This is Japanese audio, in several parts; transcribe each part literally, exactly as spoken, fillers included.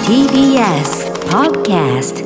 ティービーエス Podcast。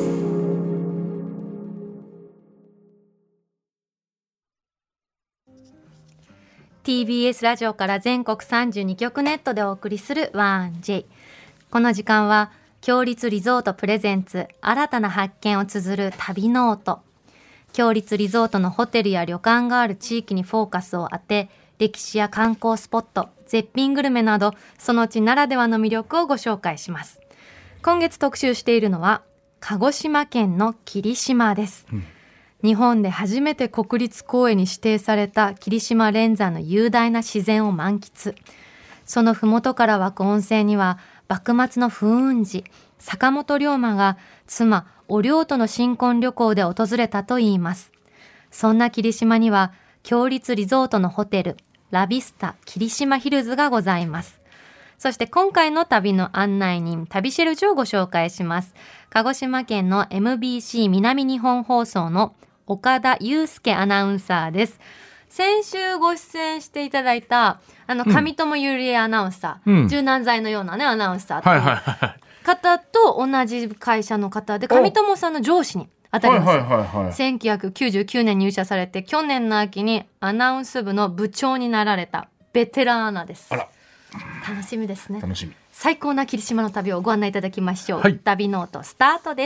ティービーエス ラジオから全国さんじゅうにきょくネットでお送りする ワンジェイ。 この時間は強立リゾートプレゼンツ新たな発見を綴る旅ノート。強立リゾートのホテルや旅館がある地域にフォーカスを当て、歴史や観光スポット、絶品グルメなどその地ならではの魅力をご紹介します。今月特集しているのは鹿児島県の霧島です、うん、日本で初めて国立公園に指定された霧島連山の雄大な自然を満喫。そのふもとから湧く温泉には幕末の風雲児坂本龍馬が妻お龍との新婚旅行で訪れたといいます。そんな霧島には強立リゾートのホテルラビスタ霧島ヒルズがございます。そして今回の旅の案内人旅シェルジュをご紹介します。鹿児島県の エムビーシー 南日本放送の岡田祐介アナウンサーです。先週ご出演していただいたあの上友ゆりえアナウンサー、うん、柔軟剤のようなねアナウンサーという方と同じ会社の方で上友さんの上司に当たります、はいはいはいはい、せんきゅうひゃくきゅうじゅうきゅうねん入社されて去年の秋にアナウンス部の部長になられたベテランアナです。 あら楽しみですね。 楽しみ。 最高な霧島の旅をご案内いただきましょう、 はい、 旅ノートスタートです。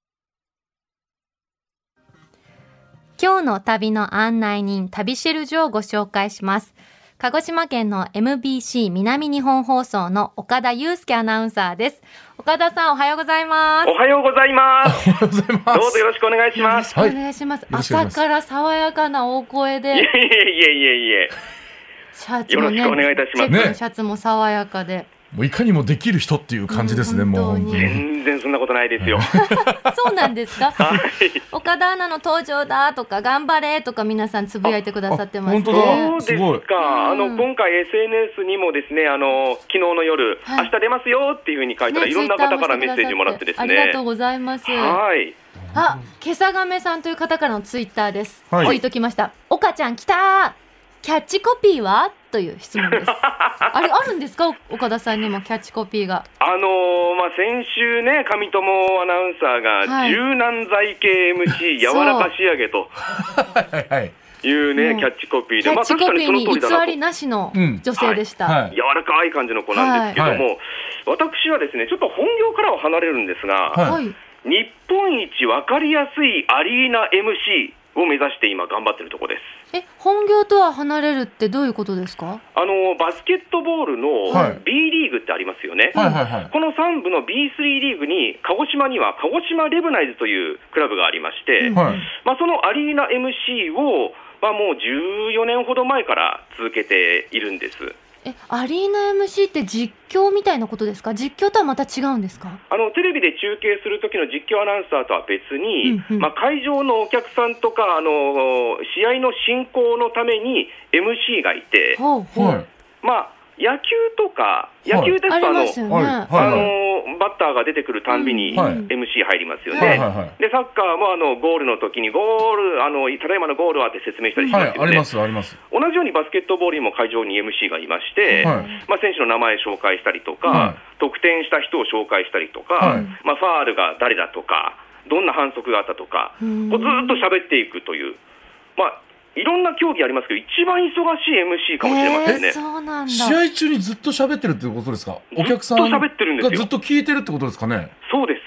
今日の旅の案内人旅シェルジュをご紹介します。鹿児島県の エムビーシー 南日本放送の岡田祐介アナウンサーです。岡田さんおはようございます。 おはようございます。 おはようございます。 どうぞよろしくお願いします。 よろしくお願いします、はい、朝から爽やかな大声で。 いえいえいえいえシャツも、ね、 よろしくお願いいたします。 チェックのシャツも爽やかで、 もういかにもできる人っていう感じですね、うん、もう本当に全然そんなことないですよそうなんですか、 はい、 岡田アナの登場だとか頑張れとか皆さんつぶやいてくださってますね。 本当だ、 そうですか。あの今回 エスエヌエス にもですね、あの昨日の夜、はい、明日出ますよっていうふうに書いたら、ね、いろんな方からメッセージもらってですね、 ありがとうございます。 はい、 あ、けさがめさんという方からのツイッターです、 はい、 ツイートきました。岡ちゃん来たー、キャッチコピーはという質問ですあれあるんですか、岡田さんにもキャッチコピーが。 あのーまあ、先週ね上友アナウンサーが、はい、柔軟剤系 エムシー 柔らか仕上げというねキャッチコピーで、 キャッチコピーに偽りなしの女性でした、 うんはいはい、柔らかい感じの子なんですけども、はい、私はですねちょっと本業からは離れるんですが、はい、日本一分かりやすいアリーナ エムシーを目指して今頑張ってるところです。 え、本業とは離れるってどういうことですか？ あのバスケットボールの B リーグってありますよね、はいはいはいはい、このさん部の ビースリー リーグに鹿児島には鹿児島レブナイズというクラブがありまして、はい、まあ、そのアリーナ エムシー を、まあ、もうじゅうよねんほど前から続けているんです。 え、アリーナ エムシー って実況みたいなことですか？実況とはまた違うんですか？ あのテレビで中継する時の実況アナウンサーとは別に、うんうん、まあ、会場のお客さんとかあの試合の進行のために エムシー がいて、ほうほう、まあ野球とか野球ですと、はい、あの、はいはい、あのバッターが出てくるたんびに エムシー 入りますよね、はいはいはい、でサッカーもあのゴールの時にゴールあのただいまのゴールはって説明したりしますよね、はい、 ありますあります。 同じようにバスケットボールにも会場に エムシー がいまして、はい、まあ、選手の名前紹介したりとか、はい、得点した人を紹介したりとか、はい、まあ、ファールが誰だとかどんな反則があったとか、こうずっと喋っていくという、まあいろんな競技ありますけど一番忙しい エムシー かもしれませんね。 そうなんだ。 試合中にずっと喋ってるってことですか？お客さんがずっと聞いてるってことですかね？ そうです。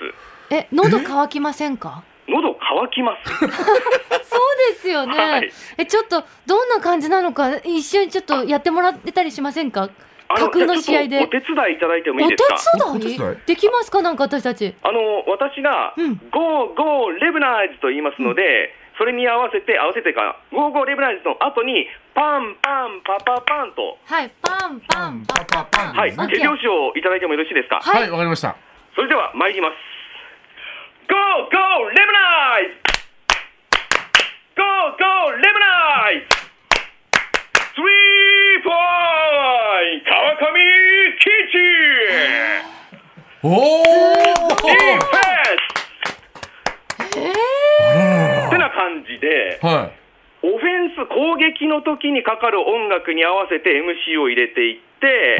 え、喉乾きませんか？ 喉乾きますそうですよね、 はい、 え、ちょっとどんな感じなのか一緒にちょっとやってもらってたりしませんか？架空の試合でお手伝いいただいてもいいですか？ お手伝いできますか？なんか私たちあの私が、うん、ゴーゴーレブナイズと言いますので、うん、それに合わせて合わせてかゴーゴーレブナイズの後にパンパンパパパンと、 はい、パンパンパパパン、 はい、手拍子をいただいてもよろしいですか？ はい、わかりました。 それでは参ります。ゴーゴーレブナイズ、ゴーゴーレブナイズ、スリーポイント川上キッチン、 おーディフェンス、 えーってな感じで、 はい、 オフェンス攻撃の時にかかる音楽に合わせて エムシー を入れていって、はい、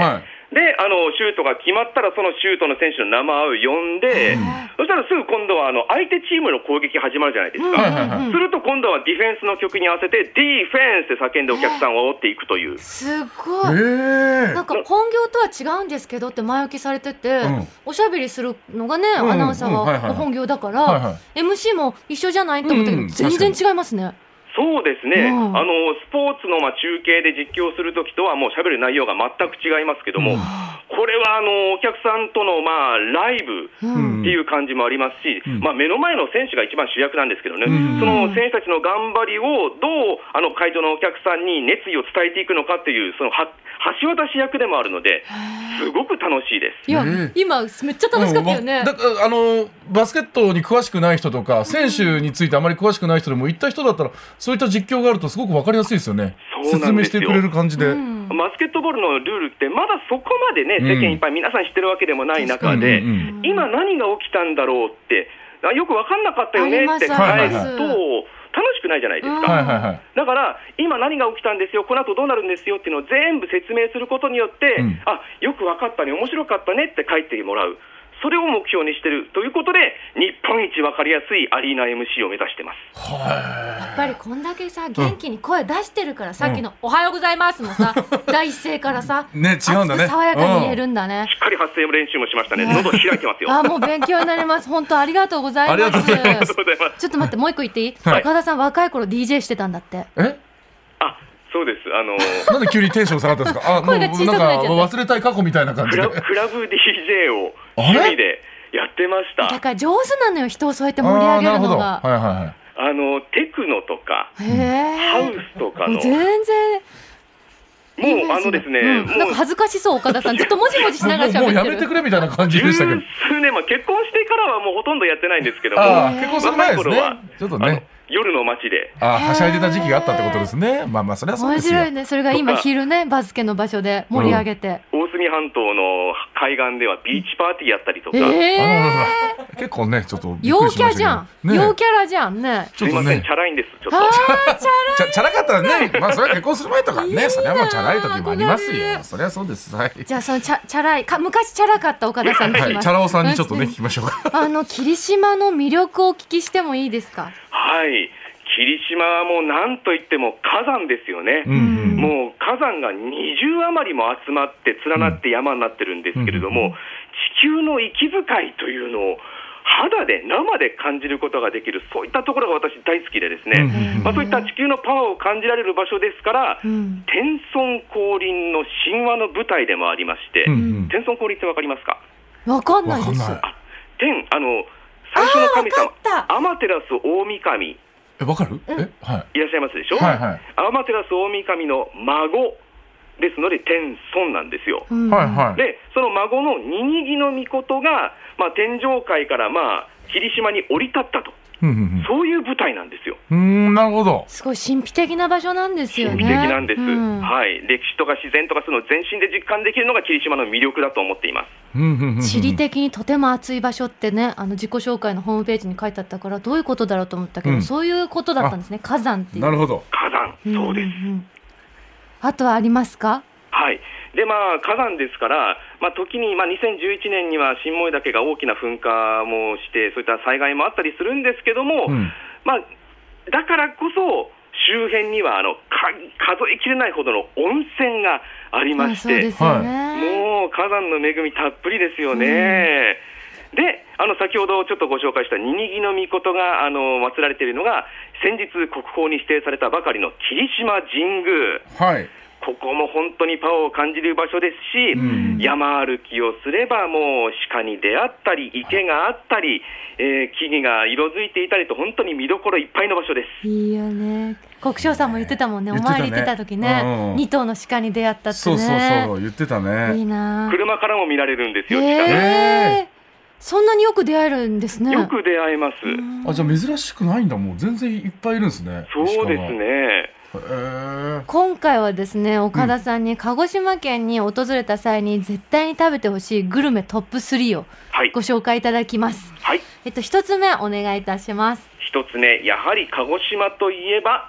であのシュートが決まったらそのシュートの選手の名前を呼んで、そしたらすぐ今度はあの相手チームの攻撃始まるじゃないですか、うんうんうん、すると今度はディフェンスの曲に合わせてディフェンスで叫んでお客さんを煽っていくという。 すごい、なんか本業とは違うんですけどって前置きされてて、うん、おしゃべりするのがね、うん、アナウンサーは本業だから、はいはい、エムシー も一緒じゃないと思ったけど、うん、全然違いますね。 そうですね、うん、あのスポーツのまあ中継で実況するときとはもうしゃべる内容が全く違いますけども、うん、これはあのお客さんとのまあライブっていう感じもありますし、うんまあ、目の前の選手が一番主役なんですけどね、うん、その選手たちの頑張りをどうあの会場のお客さんに熱意を伝えていくのかっていうそのは橋渡し役でもあるのですごく楽しいです。 いや、今めっちゃ楽しかったよね、 うん、だからあのバスケットに詳しくない人とか選手についてあまり詳しくない人でも行った人だったらそういった実況があるとすごく分かりやすいですよね。説明してくれる感じで、うん、 バスケットボールのルールってまだそこまでね、うん、世間いっぱい皆さん知ってるわけでもない中で、うんうん、今何が起きたんだろうってよく分かんなかったよねって帰ると楽しくないじゃないですか、はいはいはい、だから今何が起きたんですよ、この後どうなるんですよっていうのを全部説明することによって、うん、あよく分かったね、面白かったねって帰ってもらう、それを目標にしてるということで日本一分かりやすいアリーナ エムシー を目指してます。 やっぱりこんだけさ元気に声出してるから、うん、さっきのおはようございますもさ、うん、第一声からさ、 ね、違うんだね、 爽やかに言えるんだね、 うん、しっかり発声練習もしましたね、喉開いてますよ。 あもう勉強になります本当ありがとうございます。 ありがとうございます。 ちょっと待ってもう一個言っていい、はい、岡田さん若い頃 ディージェー してたんだって。 えあそうです、あのー、なんで急にテンション下がったんですか。あ声が小さくなっちゃった、忘れたい過去みたいな感じでクラ、クラブ ディージェー を趣味でやってました。 だから上手なのよ、人をそうやって盛り上げるのが。あ、はいはいはい、 あのテクノとかハウスとかの全然もうあのですね、うん、 もうなんか恥ずかしそう岡田さんずっともじもじしながら喋ってる。 もうやめてくれみたいな感じでしたけど。 十数年、まあ、結婚してからはもうほとんどやってないんですけども、 結婚する前ですね。ちょっとね。 夜の街であはしゃいでた時期があったってことですね。まあまあそれはそうですよ。 面白いね。それが今昼ねバスケの場所で盛り上げて、 うん、大隅半島の海岸ではビーチパーティーやったりとか、 えー、結構ねちょっと陽キャじゃん、ね、陽キャラじゃんね。 ちょっとねすいませんチャラいんです。ちょっとあチャラチャラかったらね、まあそれは結婚する前とかね、それはもうチャラい時もありますよ。それはそうです。はい。 じゃあそのチャチャラいか昔チャラかった岡田さんに聞きます。 はい、チャラ男さんにちょっとね聞きましょうか。 あの霧島の魅力をお聞きしてもいいですか。 はい。霧島はもう何といっても火山ですよね、うんうん、もう火山がにじゅう余りも集まって連なって山になってるんですけれども、うんうん、地球の息遣いというのを肌で生で感じることができる、そういったところが私大好きでですね、うんうんまあ、そういった地球のパワーを感じられる場所ですから、うん、天孫降臨の神話の舞台でもありまして、うんうん、天孫降臨って分かりますか。 分かんないです。 あ天あの最初の神様アマテラス大神え、わかる、うん、え、はい、 いらっしゃいますでしょ、 はいはい、 アマテラス大神の孫ですので天孫なんですよ、 うんはいはい、 でその孫のニニギノミコトが、まあ、天上界から、まあ、霧島に降り立ったと、うんうんうん、そういう舞台なんですよ。 うーん、なるほど。 すごい神秘的な場所なんですよね。 神秘的なんです、うんはい、歴史とか自然とかそういうのを全身で実感できるのが霧島の魅力だと思っています。 うんうんうんうん、 地理的にとても熱い場所ってね、あの自己紹介のホームページに書いてあったからどういうことだろうと思ったけど、うん、そういうことだったんですね。火山っていう。 なるほど。 火山、そうです、 うんうん、あとはありますか。 はい。でまあ、火山ですから、まあ、時に、まあ、にせんじゅういちねんには新燃岳が大きな噴火もしてそういった災害もあったりするんですけども、うんまあ、だからこそ周辺にはあのか数えきれないほどの温泉がありまして、 そうですよね、 もう火山の恵みたっぷりですよね、うん、であの先ほどちょっとご紹介したニニギノミコトがあの祀られているのが先日国宝に指定されたばかりの霧島神宮、はいここも本当にパワーを感じる場所ですし、うん、山歩きをすればもう鹿に出会ったり池があったり、えー、木々が色づいていたりと本当に見どころいっぱいの場所です。 いいよね。国生さんも言ってたもんね。お参り行ってた時ね、うん、に頭の鹿に出会ったってね。 そうそうそう言ってたね。 いいな。 車からも見られるんですよ、 えー、鹿ね。そんなによく出会えるんですね。 よく出会えます。 あ、じゃあ珍しくないんだ。もう全然いっぱいいるんですね。 そうですね。 今回はですね岡田さんに鹿児島県に訪れた際に絶対に食べてほしいグルメトップスリーをご紹介いただきます、はいえっと、ひとつめお願いいたします。 ひとつめやはり鹿児島といえば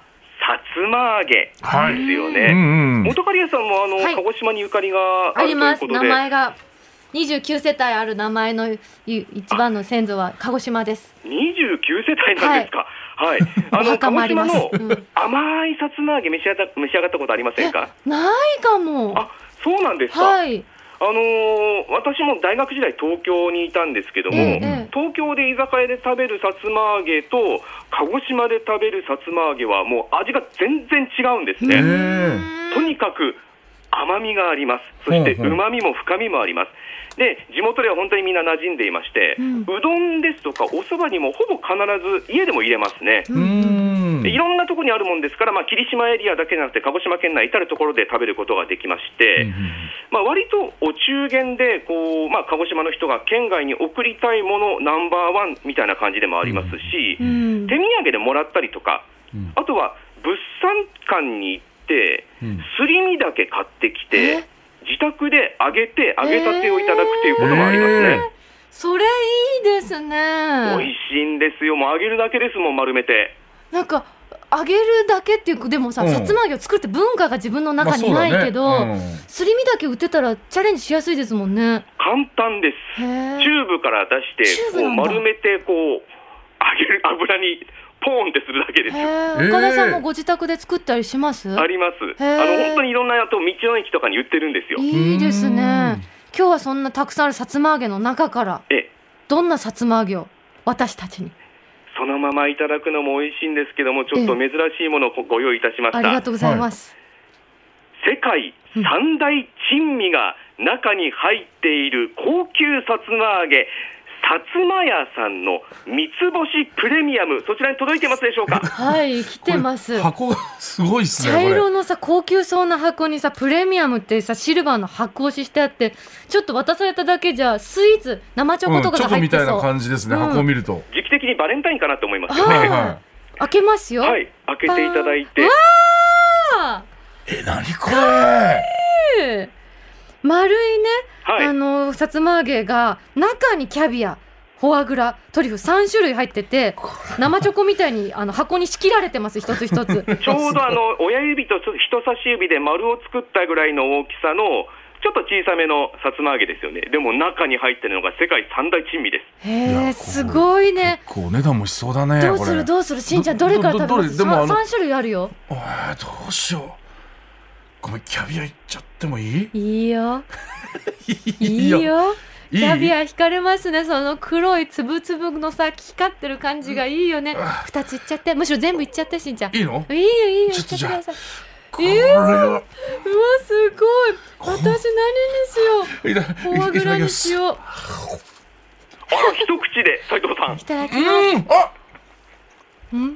つま揚げですよね、はいうんうん、元刈谷さんもあの、はい、鹿児島にゆかりがあるということで。 あります。名前がにじゅうきゅうせたいある名前の一番の先祖は鹿児島です。 にじゅうきゅうせたいなんですか。はい、はい、あの鹿児島の甘いさつま揚げ召し上がった、召し上がったことありませんか。 ないかも。 あ、そうなんですか。はい、あのー、私も大学時代東京にいたんですけども、ええ、東京で居酒屋で食べるさつま揚げと鹿児島で食べるさつま揚げはもう味が全然違うんですね。とにかく甘みがあります。そしてうまみも深みもあります。で地元では本当にみんな馴染んでいまして、うん、うどんですとかおそばにもほぼ必ず家でも入れますね。うーん、いろんなところにあるもんですから、まあ、霧島エリアだけじゃなくて鹿児島県内至るところで食べることができまして、うんまあ、割とお中元でこう、まあ、鹿児島の人が県外に送りたいものナンバーワンみたいな感じでもありますし、うん、手土産でもらったりとか、うん、あとは物産館に行ってすり身だけ買ってきて自宅で揚げて揚げたてをいただくということもありますね。えー、 それいいですね。 美味しいんですよ。もう揚げるだけですもん。丸めてなんか揚げるだけっていうでもさ、うん、さつま揚げを作るって文化が自分の中にないけど、まあねうん、すり身だけ売ってたらチャレンジしやすいですもんね。 簡単です。チューブから出してこう丸めてこう揚げる油にポーンってするだけですよ。 岡田さんもご自宅で作ったりします？ あります。あの本当にいろんなと道の駅とかに売ってるんですよ。 いいですね。今日はそんなたくさんあるさつま揚げの中からえどんなさつま揚げを私たちに。 そのままいただくのも美味しいんですけども、ちょっと珍しいものをご用意いたしました。 ありがとうございます、 はい、世界三大珍味が中に入っている高級さつま揚げさつま屋さんの三つ星プレミアム、そちらに届いてますでしょうか？ はい、来てます。 箱がすごいですね。 茶色のさ高級そうな箱にさプレミアムってさシルバーの箱押ししてあって、ちょっと渡されただけじゃスイーツ生チョコとかが入ってそう、うん、チョコみたいな感じですね、うん、箱を見ると時期的にバレンタインかなと思いますよね。 はいはい、開けますよ。 はい、開けていただいて。 わー、 え、何これ。 丸いね、 はい、 あのさつま揚げが中にキャビア、フォアグラ、トリュフさん種類入ってて、生チョコみたいにあの箱に仕切られてます。一つ一つちょうどあの親指と人差し指で丸を作ったぐらいの大きさのちょっと小さめのさつま揚げですよね。でも中に入ってるのが世界三大珍味です。 へー、すごいね。 結構お値段もしそうだね。 どうするどうする、しんちゃんどれから食べます？さん種類あるよ。 えー、どうしよう。ごめん、キャビアいっちゃってもいい？ いいよいいよ。キャビア惹かれますね。その黒いつぶつぶのさ光ってる感じがいいよね。ふたついっちゃって、むしろ全部いっちゃって。しんちゃんいいの？ いいよいいよ、 ちょっとじゃあこれは、えー、うわすごい。私何にしよう。フォアグラにしよう。あ、 一口で斉藤さんいただきます。 あ、 うんうん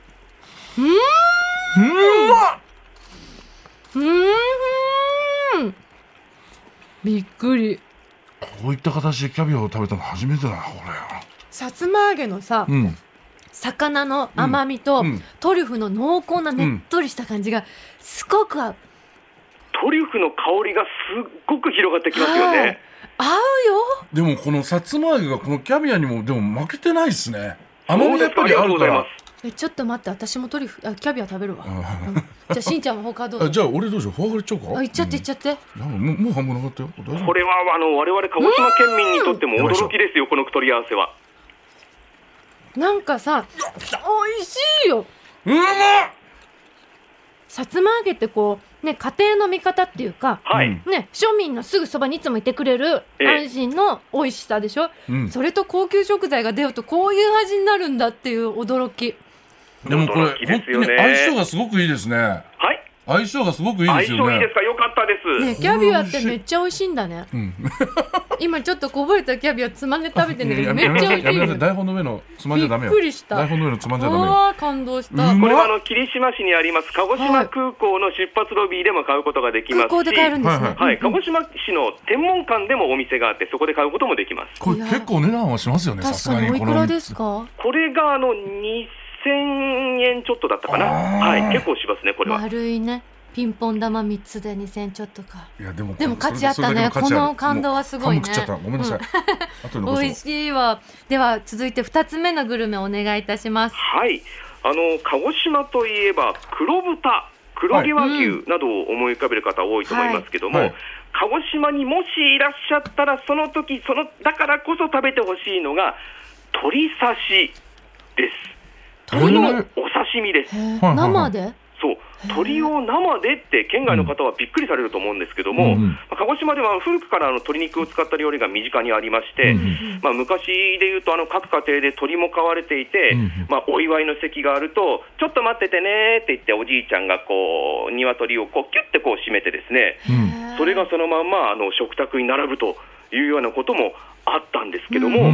うんうん、びっくり。 こういった形でキャビアを食べたの初めてだな。これさつま揚げのさ、うん、魚の甘みと、うん、トリュフの濃厚なねっとりした感じがすごく合う。 トリュフの香りがすっごく広がってきますよね。 合うよ。 でもこのさつま揚げがこのキャビアにもでも負けてないですね。甘みやっぱりあるから。 え、ちょっと待って、私もトリュフあキャビア食べるわ。うん、じゃあしんちゃんも他どうぞ。 じゃあ俺どうしよう。フォアグラいっちゃおうか。 あ、いっちゃっていっちゃって、 うん、もう、もう半分なかったよ。 これはあの我々鹿児島県民にとっても驚きですよ。この取り合わせはなんかさ美味しいよ。 うまっ。 さつま揚げってこうね、家庭の味方っていうか、 はいね、庶民のすぐそばにいつもいてくれる安心の美味しさでしょ、うん、それと高級食材が出るとこういう味になるんだっていう驚き。 でもこれ本当に相性がすごくいいですね。はい、相性がすごくいいですよね。 相性いいですか。よかったです、 ね、キャビアってめっちゃ美味しいんだね、うん、今ちょっとこぼれたキャビアつまんで食べてるんだけどめっちゃ美味しい。やめなさい、台本の上のつまんじゃダメよ。 びっくりした。 台本の上のつまんじゃダメよ。 あー感動した。 これはあの霧島市にあります鹿児島空港の出発ロビーでも買うことができますし、 空港で買えるんですね。 はいはい、鹿児島市の天文館でもお店があってそこで買うこともできます。 これ結構値段はしますよね。 確かに。おいくらですか？ これがあのにせんえんちょっとだったかな。はい、結構しますね。これは丸いねピンポン玉みっつでにせんちょっとか。 いやでもでも価値あったね。この感動はすごいね。 食っちゃった。ごめんなさい。 美味しいわ。では続いてふたつめのグルメお願いいたします。 はい、 あの鹿児島といえば黒豚、黒毛和牛などを思い浮かべる方多いと思いますけども、はいはい、鹿児島にもしいらっしゃったらその時そのだからこそ食べてほしいのが鶏刺しです。鶏のお刺身です。 生で？ そう鶏を生でって県外の方はびっくりされると思うんですけども、うん、鹿児島では古くからあの鶏肉を使った料理が身近にありまして、うん、まあ、昔でいうとあの各家庭で鶏も飼われていて、うん、まあ、お祝いの席があるとちょっと待っててねって言っておじいちゃんがこう鶏をこうキュッてこう締めてですね、うん、それがそのまんまあの食卓に並ぶというようなこともあったんですけども、うん、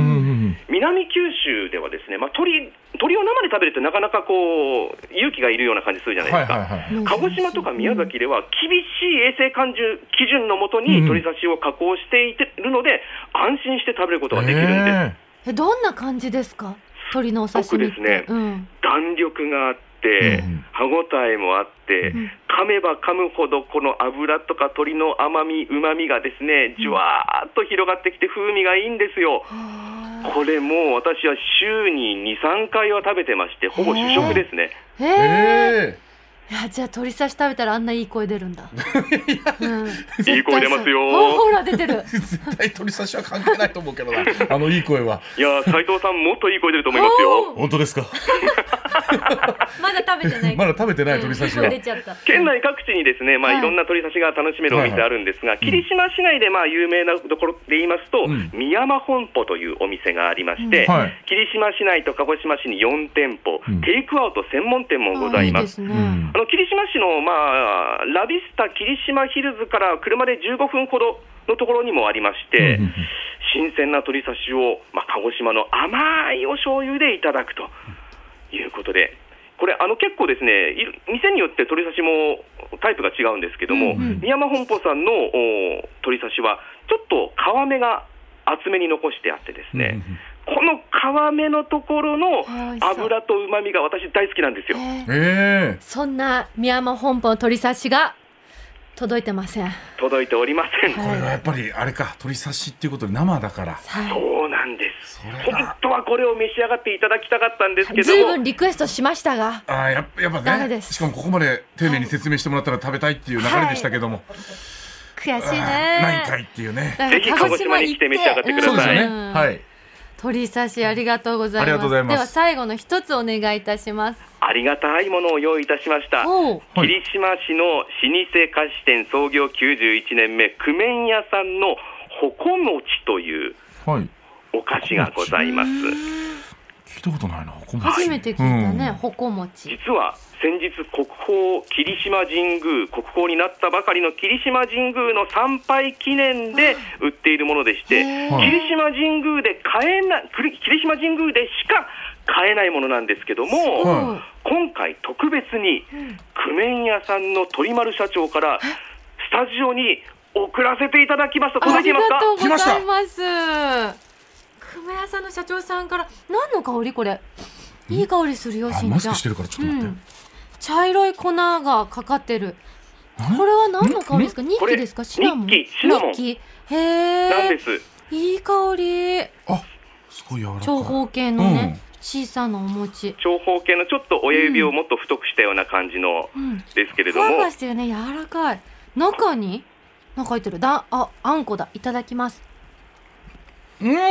南九州ではですね、まあ、鶏、鶏を生で食べるとなかなかこう勇気がいるような感じするじゃないですか、はいはいはい、鹿児島とか宮崎では厳しい衛生基準のもとに鶏刺しを加工しているので、うん、安心して食べることができるんです。 え、どんな感じですか、鶏のお刺身って？ すごくですね、うん、弾力があって、うん、歯ごたえもあって、うん、噛めば噛むほどこの油とか鶏の甘みうまみがですねじゅわーっと広がってきて風味がいいんですよ。これもう私は週に にさんかいは食べてまして、ほぼ主食ですね。 へーへー、いや、じゃあ鶏刺し食べたらあんないい声出るんだ。うん、 いい声出ますよ。 ほら出てる。 絶対鶏刺しは関係ないと思うけどな、あのいい声は。 いや、斉藤さんもっといい声出ると思いますよ。 本当ですか？ まだ食べてない。 まだ食べてない鶏刺しは。 出ちゃった。 県内各地にですね、まあ、いろんな鶏刺しが楽しめるお店あるんですが、はいはい、霧島市内でまあ有名なところで言いますと、うん、三山本舗というお店がありまして、うん、はい、霧島市内と鹿児島市によんてんぽ、うん、テイクアウト専門店もございます。あ、いいですね。あの霧島市の、まあ、ラビスタ霧島ヒルズから車でじゅうごふんほどのところにもありまして、うん、新鮮な鶏刺しを、まあ、鹿児島の甘いお醤油でいただくということで、これあの結構ですね、店によって鶏刺しもタイプが違うんですけども、うんうん、三山本舗さんの鶏刺しはちょっと皮目が厚めに残してあってですね、うんうん、この皮目のところの油と旨味が私大好きなんですよ。 えー、そんな三山本舗の鶏刺しが届いてません。 届いておりません。 これはやっぱりあれか、鶏刺しっていうことで生だから。 そうなんです。本当はこれを召し上がっていただきたかったんですけども、 ずいぶんリクエストしましたが、 あ、やっぱ、やっぱね、しかもここまで丁寧に説明してもらったら食べたいっていう流れでしたけども、はい、 悔しいね。 ないかいっていうね。 ぜひ鹿児島に来て召し上がってください。うん、そうですよね。はい。 鶏刺しありがとうございます。ありがとうございます。では最後の一つお願いいたします。 ありがたいものを用意いたしました。霧島市の老舗菓子店創業きゅうじゅういちねんめ、久麺屋さんのほこもちというお菓子がございます。 聞いたことないな、ほこもち。 初めて聞いたね、うん、ほこもち。 実は先日国宝霧島神宮、国宝になったばかりの霧島神宮の参拝記念で売っているものでして、霧島神宮で買えな霧島神宮でしか買えないものなんですけども、はい、今回特別に久麺屋さんの鳥丸社長からスタジオに送らせていただきました。届いていますか？ ありがとうございます。久麺屋さんの社長さんから、何の香りこれ？いい香りするよ、しんちゃん。 マスクしてるからちょっと待って、うん、 茶色い粉がかかってる。これは何の香りですか？ニッキですか？シナモン？ ニッキ、シナモン。 ニッキ、へー。 なんです。 いい香り。 あ、すごい柔らかい。 長方形のね、うん、小さなお餅。 長方形のちょっと親指をもっと太くしたような感じの、うん、ですけれども。 ふわふわしてるね、柔らかい。中になんか入ってる。だ、あ、あんこだ。いただきます。 うん。うん。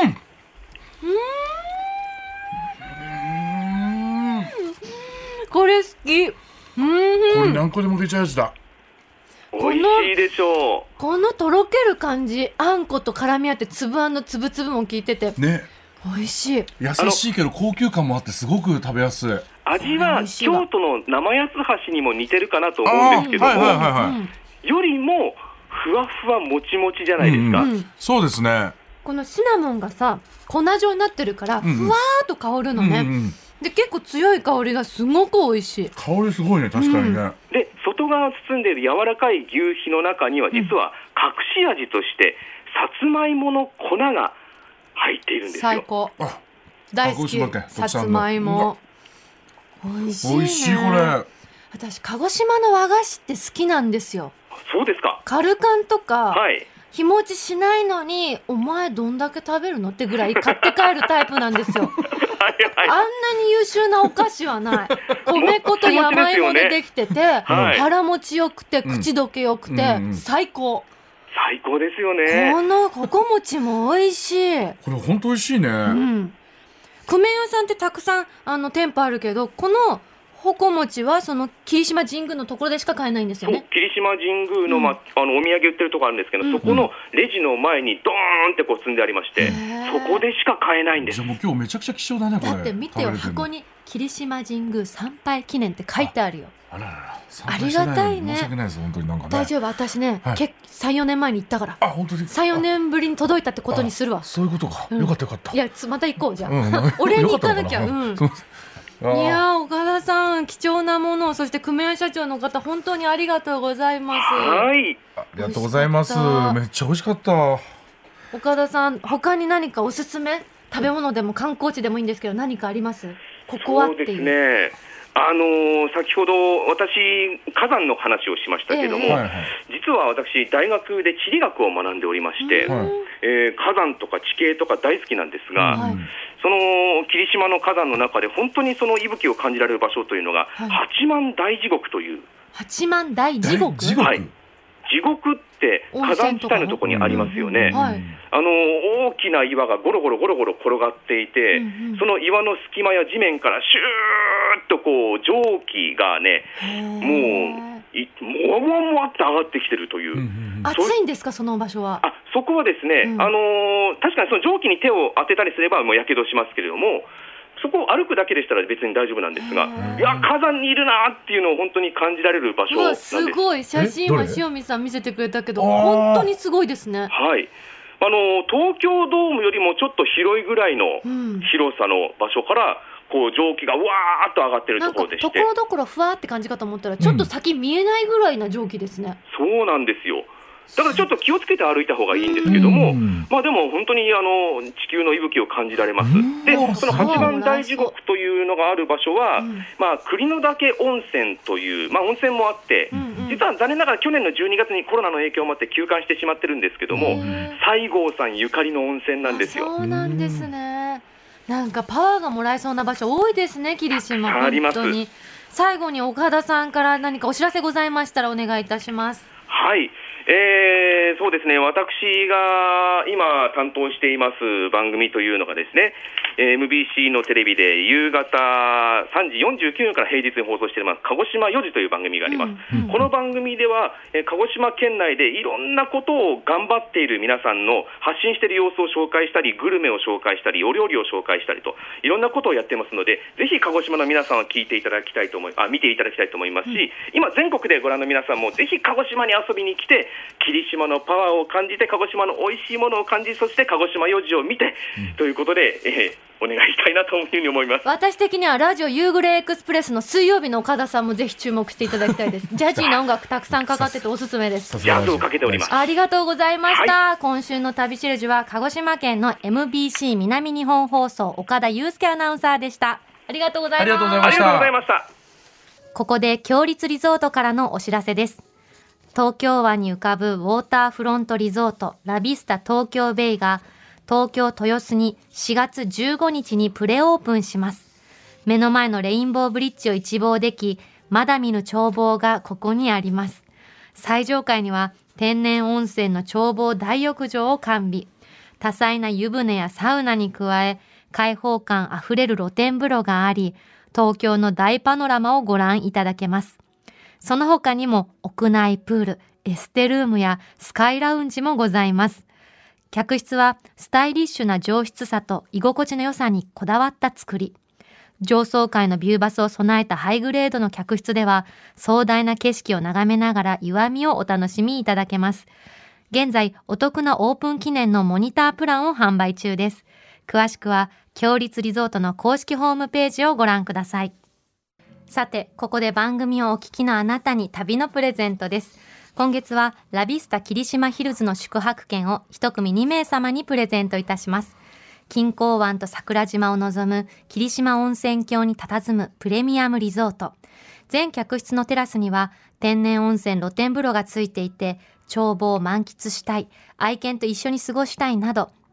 これ好き。うん、 これ何個でもいけちゃうやつだ。 美味しいでしょう。 このとろける感じ、あんこと絡み合って粒あんのつぶつぶも効いててね、美味しい。 優しいけど高級感もあってすごく食べやすい。 味は京都の生八つ橋にも似てるかなと思うんですけども、はいはいはいはい、よりもふわふわもちもちじゃないですか、うんうん、 そうですね。 このシナモンがさ、粉状になってるからふわーっと香るのね、うんうん、で結構強い香りがすごく美味しい。 香りすごいね、確かにね、うん、 で外側を包んでいる柔らかい牛皮の中には実は隠し味としてさつまいもの粉が入っているんですよ。 最高。 あ、 大好き。さつまいも美味しいね。 美味しい。これ私鹿児島の和菓子って好きなんですよ。 そうですか。 カルカンとか、 はい、 日持ちしないのにお前どんだけ食べるのってぐらい買って帰るタイプなんですよ。 あんなに優秀なお菓子はない。米粉と山芋でできてて、ね、はい、腹持ちよくて口どけよくて、うん、最高。 最高ですよね。 このここ餅も美味しい。 これ本当美味しいね。うん。 久米屋さんってたくさんあの店舗あるけど、このほこ餅はその霧島神宮のところでしか買えないんですよね。 そう、霧島神宮の、ま、あのお土産売ってるところあるんですけど、うん、そこのレジの前にドーンってこう積んでありまして、そこでしか買えないんです。 じゃあもう今日めちゃくちゃ貴重だねこれ。 だって見てよ、箱に霧島神宮参拝記念って書いてあるよ。 あららら、 ありがたいね。 申し訳ないです本当に。なんかね、 大丈夫、私ね、はい、け さんよねんまえに行ったから。 あ、本当にさんよねんぶりに届いたってことにするわ。 そういうことか、うん、よかったよかった。 いや、また行こうじゃあ、うん、俺に行かなきゃ。うん、いや岡田さん、貴重なものを、そして久米屋社長の方本当にありがとうございます。 はい、 ありがとうございます。めっちゃ美味しかった。 岡田さん、他に何かおすすめ食べ物でも観光地でもいいんですけど、何かあります？ここはっていう。 そうですね、あのー、先ほど私火山の話をしましたけども、えー、実は私大学で地理学を学んでおりまして、うん、えー、火山とか地形とか大好きなんですが、うん、その霧島の火山の中で本当にその息吹を感じられる場所というのが、はい、八幡大地獄という。 八幡大地獄、 はい、地獄って火山地帯のところにありますよね。はい、あの大きな岩がゴロゴロゴロゴロ転がっていて、うんうん、その岩の隙間や地面からシューッとこう蒸気がね、もういもわもわもわって上がってきてるという、うんうん、 暑いんですか、その場所は。 あ、そこはですね、うん、あのー、確かにその蒸気に手を当てたりすればもうやけどしますけれども、そこを歩くだけでしたら別に大丈夫なんですが、いや火山にいるなっていうのを本当に感じられる場所なんです。 すごい、写真は塩見さん見せてくれたけど本当にすごいですね。 はい、あの東京ドームよりもちょっと広いぐらいの広さの場所から、こう蒸気がわーっと上がってるところでして、 なんかところどころふわーって感じかと思ったら、ちょっと先見えないぐらいな蒸気ですね。 うん、そうなんですよ。だからちょっと気をつけて歩いた方がいいんですけども、まあでも本当にあの地球の息吹を感じられます。で、その八幡大地獄というのがある場所は、まあ栗の岳温泉という、まあ温泉もあって、実は残念ながら去年のじゅうにがつにコロナの影響もあって休館してしまってるんですけども、西郷さんゆかりの温泉なんですよ。 そうなんですね。なんかパワーがもらえそうな場所多いですね、霧島。 あります。 本当に。最後に岡田さんから何かお知らせございましたらお願いいたします。 はい、えー、そうですね、私が今担当しています番組というのがですね、エムビーシー のテレビで夕方さんじよんじゅうきゅうふんから平日に放送しています鹿児島よじという番組があります。うんうん、この番組では鹿児島県内でいろんなことを頑張っている皆さんの発信している様子を紹介したり、グルメを紹介したり、お料理を紹介したりといろんなことをやってますので、ぜひ鹿児島の皆さんは聞いていただきたいと思いあ見ていただきたいと思いますし、うん、今全国でご覧の皆さんもぜひ鹿児島に遊びに来て、霧島のパワーを感じて、鹿児島の美味しいものを感じ、そして鹿児島よじを見て、うん、ということで、えーお願いしたいなというふうに思います。 私的にはラジオ夕暮れエクスプレスの水曜日の岡田さんもぜひ注目していただきたいです。ジャジーな音楽たくさんかかってておすすめです。 ジャズをかけております。 ありがとうございました。はい、今週の旅しるじは鹿児島県の エムビーシー 南日本放送岡田祐介アナウンサーでした。ありがとうございます。 ありがとうございました。 ありがとうございました。 ここで強立リゾートからのお知らせです。東京湾に浮かぶウォーターフロントリゾートラビスタ東京ベイが東京豊洲にしがつじゅうごにちにプレオープンします。目の前のレインボーブリッジを一望でき、まだ見ぬ眺望がここにあります。最上階には天然温泉の眺望大浴場を完備。多彩な湯船やサウナに加え、開放感あふれる露天風呂があり、東京の大パノラマをご覧いただけます。その他にも屋内プール、エステルームやスカイラウンジもございます。客室はスタイリッシュな上質さと居心地の良さにこだわった作り。上層階のビューバスを備えたハイグレードの客室では、壮大な景色を眺めながら湯あみをお楽しみいただけます。現在、お得なオープン記念のモニタープランを販売中です。詳しくは、強立リゾートの公式ホームページをご覧ください。さて、ここで番組をお聞きのあなたに旅のプレゼントです。今月はラビスタ霧島ヒルズの宿泊券を一組にめいさまにプレゼントいたします。錦江湾と桜島を望む霧島温泉郷に佇むプレミアムリゾート。全客室のテラスには天然温泉露天風呂がついていて、眺望を満喫したい、愛犬と一緒に過ごしたいなど、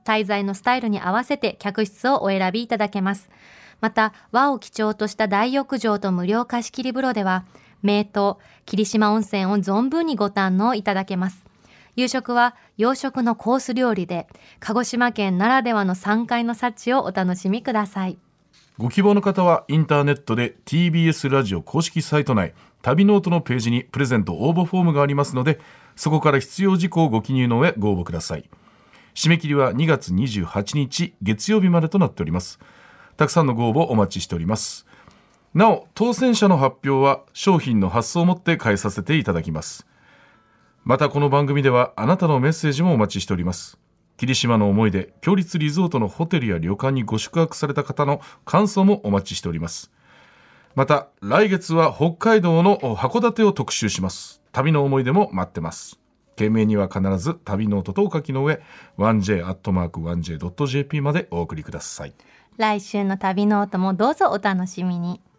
滞在のスタイルに合わせて客室をお選びいただけます。また、和を基調とした大浴場と無料貸し切り風呂では、名湯、霧島温泉を存分にご堪能いただけます。夕食は洋食のコース料理で、鹿児島県ならではの山海の幸をお楽しみください。 ご希望の方はインターネットで ティービーエス ラジオ公式サイト内旅ノートのページにプレゼント応募フォームがありますので、そこから必要事項をご記入の上ご応募ください。締め切りはにがつにじゅうはちにち月曜日までとなっております。たくさんのご応募お待ちしております。なお、当選者の発表は商品の発送をもって返させていただきます。またこの番組ではあなたのメッセージもお待ちしております。霧島の思い出、強立リゾートのホテルや旅館にご宿泊された方の感想もお待ちしております。また来月は北海道の函館を特集します。旅の思い出も待ってます。件名には必ず旅ノートとお書きの上 ワンジェイ アットマーク ワンジェイ ドット ジェーピー までお送りください。 来週の旅ノートもどうぞお楽しみに。